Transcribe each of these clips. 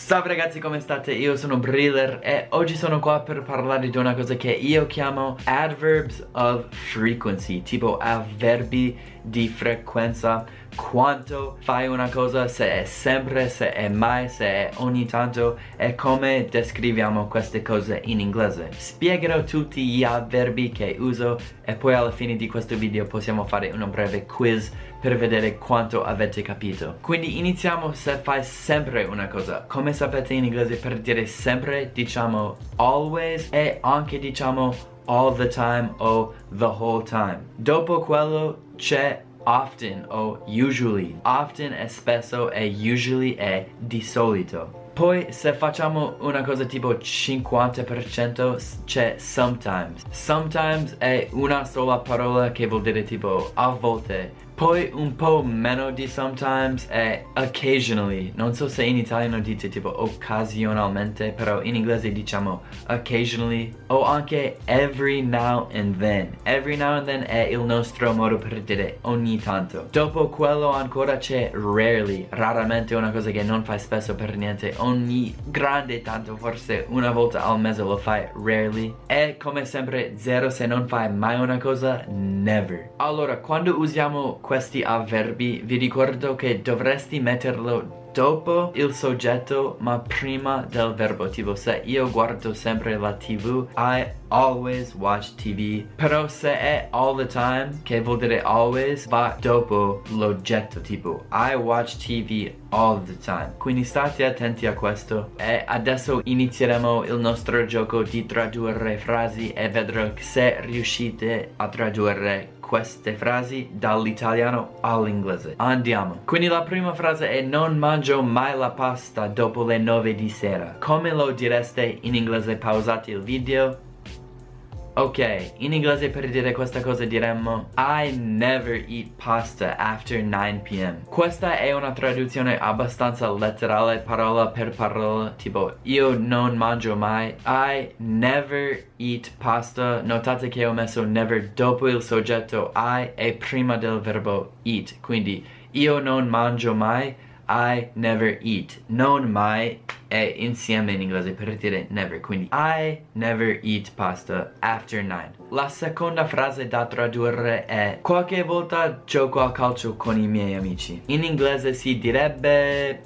Salve ragazzi, come state? Io sono Briller e oggi sono qua per parlare di una cosa che io chiamo adverbs of frequency, tipo avverbi di frequenza. Quanto fai una cosa, se è sempre, se è mai, se è ogni tanto, e come descriviamo queste cose in inglese. Spiegherò tutti gli avverbi che uso e poi alla fine di questo video possiamo fare un breve quiz per vedere quanto avete capito. Quindi iniziamo se fai sempre una cosa. Come sapete in inglese per dire sempre diciamo always e anche diciamo all the time o the whole time. Dopo quello c'è often o usually. Often è spesso e usually è di solito. Poi se facciamo una cosa tipo 50% c'è sometimes. Sometimes è una sola parola che vuol dire tipo a volte. Poi un po' meno di sometimes è occasionally. Non so se in italiano dite tipo occasionalmente, però in inglese diciamo occasionally. O anche every now and then. Every now and then è il nostro modo per dire ogni tanto. Dopo quello ancora c'è rarely. Raramente è una cosa che non fai spesso per niente. Ogni grande tanto, forse una volta al mese lo fai rarely. E come sempre zero se non fai mai una cosa, never. Allora, quando usiamo questi avverbi vi ricordo che dovresti metterlo dopo il soggetto ma prima del verbo. Tipo se io guardo sempre la TV, I always watch TV. Però se è all the time, che vuol dire always, va dopo l'oggetto. Tipo I watch TV all the time. Quindi state attenti a questo. E adesso inizieremo il nostro gioco di tradurre frasi e vedrò se riuscite a tradurre queste frasi dall'italiano all'inglese. Andiamo. Quindi la prima frase è: non mangio mai la pasta dopo le 9 di sera. Come lo direste in inglese? Pausate il video. Ok, in inglese per dire questa cosa diremmo I never eat pasta after 9 p.m. Questa è una traduzione abbastanza letterale, parola per parola, tipo io non mangio mai. I never eat pasta. Notate che ho messo never dopo il soggetto I e prima del verbo eat. Quindi io non mangio mai, I never eat. Non mai è insieme in inglese per dire never. Quindi I never eat pasta after 9. La seconda frase da tradurre è: qualche volta gioco a calcio con i miei amici. In inglese si direbbe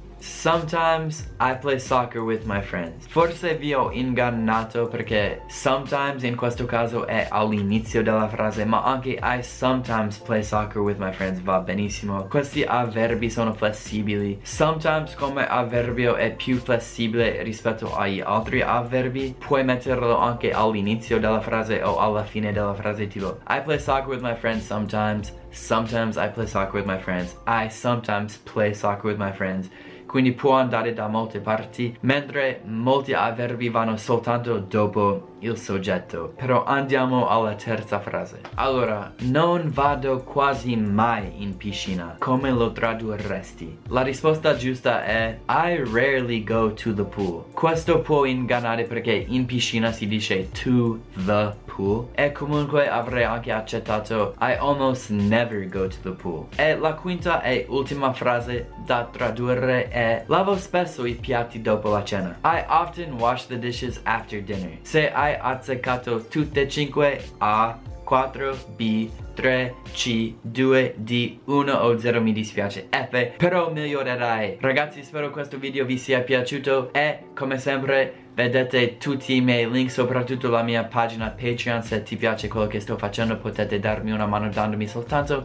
sometimes I play soccer with my friends. Forse vi ho ingannato perché sometimes in questo caso è all'inizio della frase, ma anche I sometimes play soccer with my friends va benissimo. Questi avverbi sono flessibili. Sometimes come avverbio è più flessibile rispetto agli altri avverbi. Puoi metterlo anche all'inizio della frase o alla fine della frase, tipo I play soccer with my friends sometimes. Sometimes I play soccer with my friends. I sometimes play soccer with my friends. Quindi può andare da molte parti, mentre molti avverbi vanno soltanto dopo il soggetto. Però andiamo alla terza frase. Allora, non vado quasi mai in piscina. Come lo tradurresti? La risposta giusta è I rarely go to the pool. Questo può ingannare perché in piscina si dice to the pool, e comunque avrei anche accettato I almost never go to the pool. E la quinta e ultima frase da tradurre è: lavo spesso i piatti dopo la cena. I often wash the dishes after dinner. Se hai azzeccato tutte e 5, A, 4, B, 3, C, 2, D, 1 o 0 mi dispiace, F, però migliorerai. Ragazzi, spero questo video vi sia piaciuto e come sempre vedete tutti i miei link, soprattutto la mia pagina Patreon. Se ti piace quello che sto facendo potete darmi una mano dandomi soltanto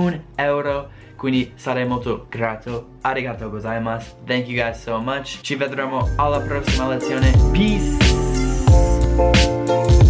€1, quindi sarei molto grato. Arigatou gozaimasu. Thank you guys so much. Ci vedremo alla prossima lezione. Peace.